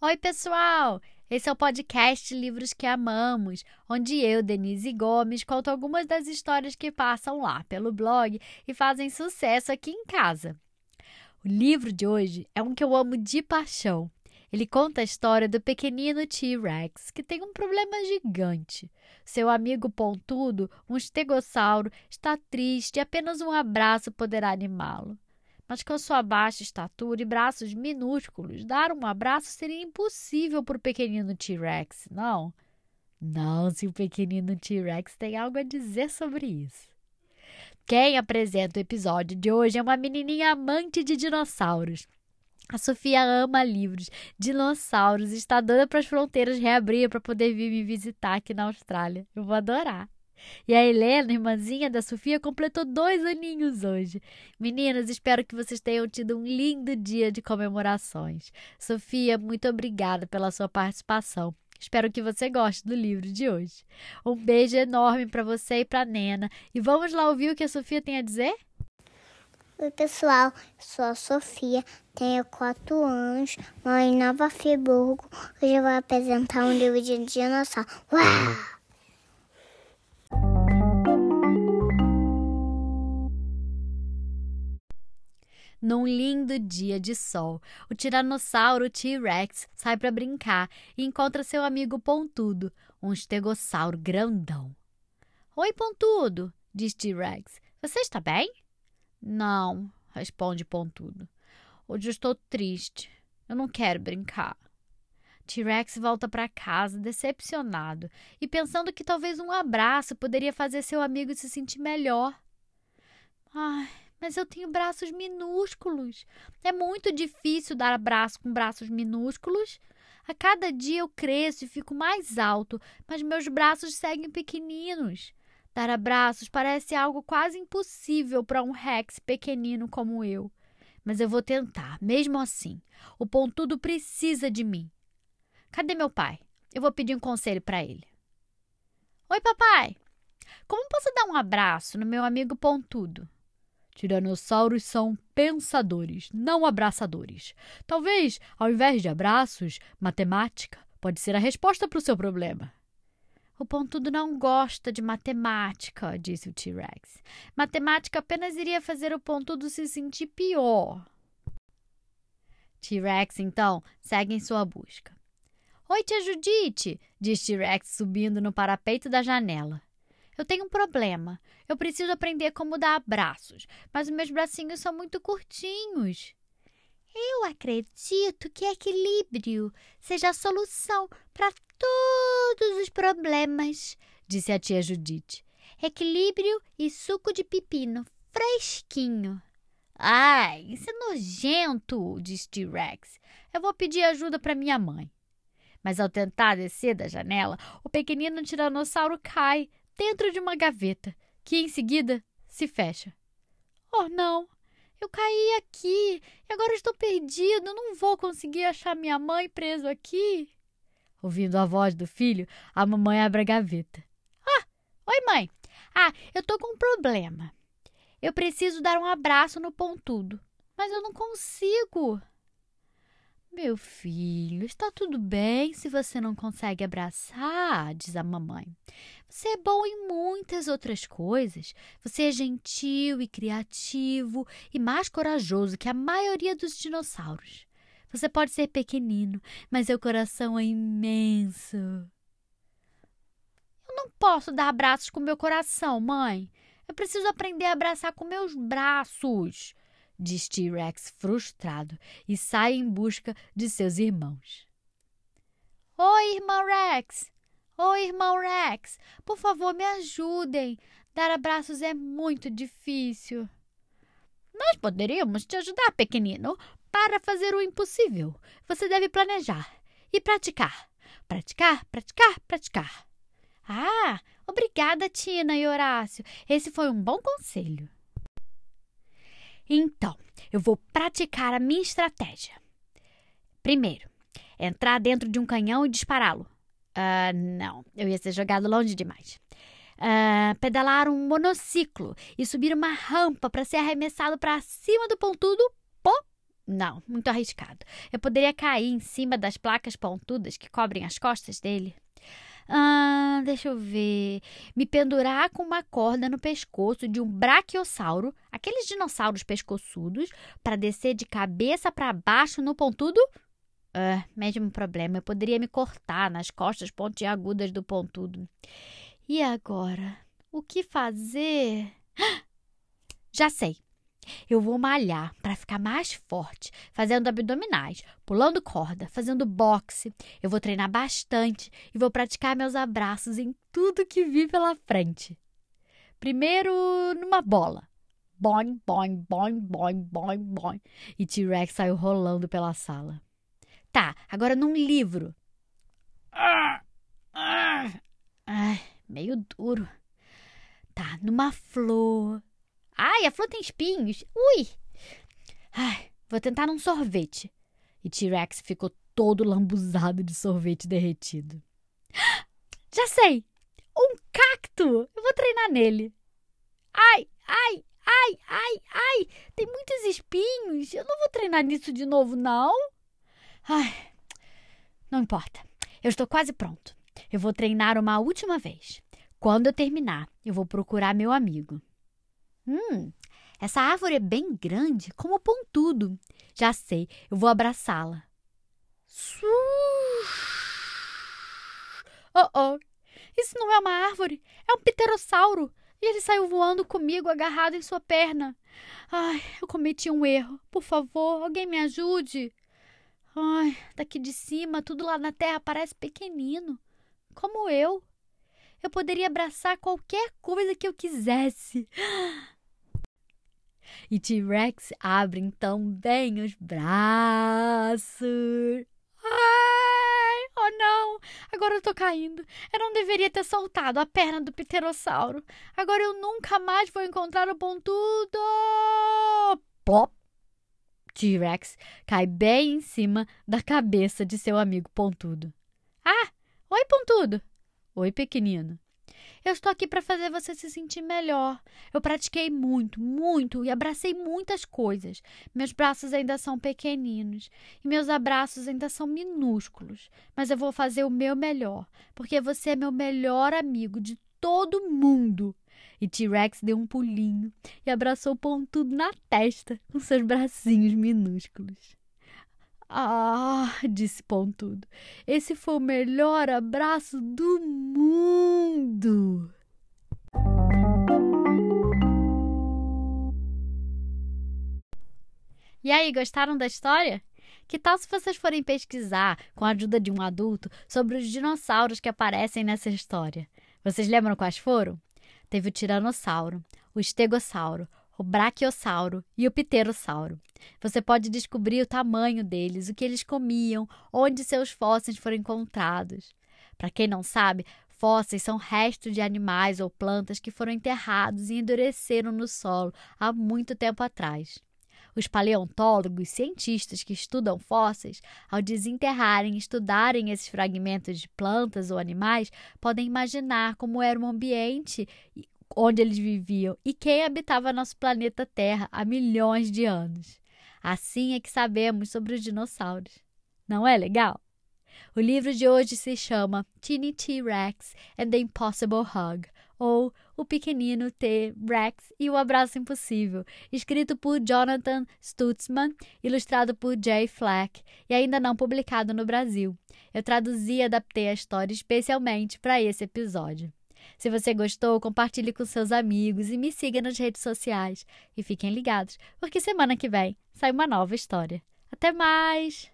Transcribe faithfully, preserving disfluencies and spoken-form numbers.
Oi, pessoal! Esse é o podcast Livros que Amamos, onde eu, Denise Gomes, conto algumas das histórias que passam lá pelo blog e fazem sucesso aqui em casa. O livro de hoje é um que eu amo de paixão. Ele conta a história do pequenino T-Rex, que tem um problema gigante. Seu amigo pontudo, um estegossauro, está triste e apenas um abraço poderá animá-lo. Mas com sua baixa estatura e braços minúsculos, dar um abraço seria impossível para o pequenino T-Rex, não? Não, se o pequenino T-Rex tem algo a dizer sobre isso. Quem apresenta o episódio de hoje é uma menininha amante de dinossauros. A Sofia ama livros, dinossauros, está doida para as fronteiras reabrir para poder vir me visitar aqui na Austrália. Eu vou adorar. E a Helena, irmãzinha da Sofia, completou dois aninhos hoje. Meninas, espero que vocês tenham tido um lindo dia de comemorações. Sofia, muito obrigada pela sua participação. Espero que você goste do livro de hoje. Um beijo enorme para você e para a Nena. E vamos lá ouvir o que a Sofia tem a dizer? Oi, pessoal. Sou a Sofia, tenho quatro anos, moro em Nova Friburgo. Hoje eu vou apresentar um livro de dinossauro. Uau! Num lindo dia de sol, o tiranossauro T-Rex sai para brincar e encontra seu amigo Pontudo, um estegossauro grandão. Oi, Pontudo, diz T-Rex. Você está bem? Não, responde Pontudo. Hoje eu estou triste. Eu não quero brincar. T-Rex volta para casa decepcionado e pensando que talvez um abraço poderia fazer seu amigo se sentir melhor. Ai, mas eu tenho braços minúsculos. É muito difícil dar abraço com braços minúsculos. A cada dia eu cresço e fico mais alto, mas meus braços seguem pequeninos. Dar abraços parece algo quase impossível para um Rex pequenino como eu. Mas eu vou tentar, mesmo assim. O Pontudo precisa de mim. Cadê meu pai? Eu vou pedir um conselho para ele. Oi, papai! Como posso dar um abraço no meu amigo Pontudo? Tiranossauros são pensadores, não abraçadores. Talvez, ao invés de abraços, matemática pode ser a resposta para o seu problema. O Pontudo não gosta de matemática, disse o T-Rex. Matemática apenas iria fazer o Pontudo se sentir pior. T-Rex, então, segue em sua busca. Oi, tia Judite, diz T-Rex subindo no parapeito da janela. Eu tenho um problema. Eu preciso aprender como dar abraços, mas os meus bracinhos são muito curtinhos. Eu acredito que equilíbrio seja a solução para todos os problemas, disse a tia Judite. Equilíbrio e suco de pepino, fresquinho. Ai, isso é nojento, disse T-Rex. Eu vou pedir ajuda para minha mãe. Mas ao tentar descer da janela, o pequenino tiranossauro cai dentro de uma gaveta, que em seguida se fecha. Oh, não! Eu caí aqui e agora estou perdido. Não vou conseguir achar minha mãe preso aqui. Ouvindo a voz do filho, a mamãe abre a gaveta. Ah, oi, mãe. Ah, eu tô com um problema. Eu preciso dar um abraço no Pontudo, mas eu não consigo. Meu filho, está tudo bem se você não consegue abraçar, diz a mamãe. Você é bom em muitas outras coisas. Você é gentil e criativo e mais corajoso que a maioria dos dinossauros. Você pode ser pequenino, mas seu coração é imenso. Eu não posso dar abraços com meu coração, mãe. Eu preciso aprender a abraçar com meus braços, diz T-Rex frustrado e sai em busca de seus irmãos. Oi, irmão Rex! Oi, irmão Rex! Por favor, me ajudem! Dar abraços é muito difícil. Nós poderíamos te ajudar, pequenino, para fazer o impossível. Você deve planejar e praticar. Praticar, praticar, praticar. Ah, obrigada, Tina e Horácio. Esse foi um bom conselho. Então, eu vou praticar a minha estratégia. Primeiro, entrar dentro de um canhão e dispará-lo. Uh, não, eu ia ser jogado longe demais. Uh, pedalar um monociclo e subir uma rampa para ser arremessado para cima do Pontudo. Pô, Não, muito arriscado. Eu poderia cair em cima das placas pontudas que cobrem as costas dele. Ah, deixa eu ver. Me pendurar com uma corda no pescoço de um braquiossauro, aqueles dinossauros pescoçudos, para descer de cabeça para baixo no pontudo? Ah, mesmo problema. Eu poderia me cortar nas costas pontiagudas do pontudo. E agora? O que fazer? Já sei. Eu vou malhar para ficar mais forte, fazendo abdominais, pulando corda, fazendo boxe. Eu vou treinar bastante e vou praticar meus abraços em tudo que vi pela frente. Primeiro, numa bola. Boing, boing, boing, boing, boing, boing. E T-Rex saiu rolando pela sala. Tá, agora num livro. Ah, ah, ai, meio duro. Tá, numa flor. Ai, a flor tem espinhos. Ui! Ai, vou tentar num sorvete. E T-Rex ficou todo lambuzado de sorvete derretido. Já sei! Um cacto! Eu vou treinar nele. Ai, ai, ai, ai, ai! Tem muitos espinhos. Eu não vou treinar nisso de novo, não. Ai, não importa. Eu estou quase pronto. Eu vou treinar uma última vez. Quando eu terminar, eu vou procurar meu amigo. Hum, essa árvore é bem grande, como pontudo. Já sei, eu vou abraçá-la. Oh, oh, isso não é uma árvore, é um pterossauro. E ele saiu voando comigo, agarrado em sua perna. Ai, eu cometi um erro. Por favor, alguém me ajude. Ai, daqui de cima, tudo lá na terra parece pequenino. Como eu. Eu poderia abraçar qualquer coisa que eu quisesse. E T-Rex abre então bem os braços. Ai, oh não, agora eu tô caindo. Eu não deveria ter soltado a perna do pterossauro. Agora eu nunca mais vou encontrar o pontudo. Plop! T-Rex cai bem em cima da cabeça de seu amigo pontudo. Ah, oi pontudo. Oi, pequenino. Eu estou aqui para fazer você se sentir melhor. Eu pratiquei muito, muito e abracei muitas coisas. Meus braços ainda são pequeninos e meus abraços ainda são minúsculos. Mas eu vou fazer o meu melhor, porque você é meu melhor amigo de todo mundo. E T-Rex deu um pulinho e abraçou Pontudo na testa com seus bracinhos minúsculos. Ah, disse Pontudo, esse foi o melhor abraço do mundo. E aí, gostaram da história? Que tal se vocês forem pesquisar, com a ajuda de um adulto, sobre os dinossauros que aparecem nessa história? Vocês lembram quais foram? Teve o tiranossauro, o estegossauro, o braquiossauro e o pterossauro. Você pode descobrir o tamanho deles, o que eles comiam, onde seus fósseis foram encontrados. Para quem não sabe, fósseis são restos de animais ou plantas que foram enterrados e endureceram no solo há muito tempo atrás. Os paleontólogos, cientistas que estudam fósseis, ao desenterrarem e estudarem esses fragmentos de plantas ou animais, podem imaginar como era o ambiente onde eles viviam e quem habitava nosso planeta Terra há milhões de anos. Assim é que sabemos sobre os dinossauros. Não é legal? O livro de hoje se chama Teeny T-Rex and the Impossible Hug, ou O Pequenino T-Rex e o Abraço Impossível, escrito por Jonathan Stutzman, ilustrado por Jay Flack e ainda não publicado no Brasil. Eu traduzi e adaptei a história especialmente para esse episódio. Se você gostou, compartilhe com seus amigos e me siga nas redes sociais. E fiquem ligados, porque semana que vem sai uma nova história. Até mais!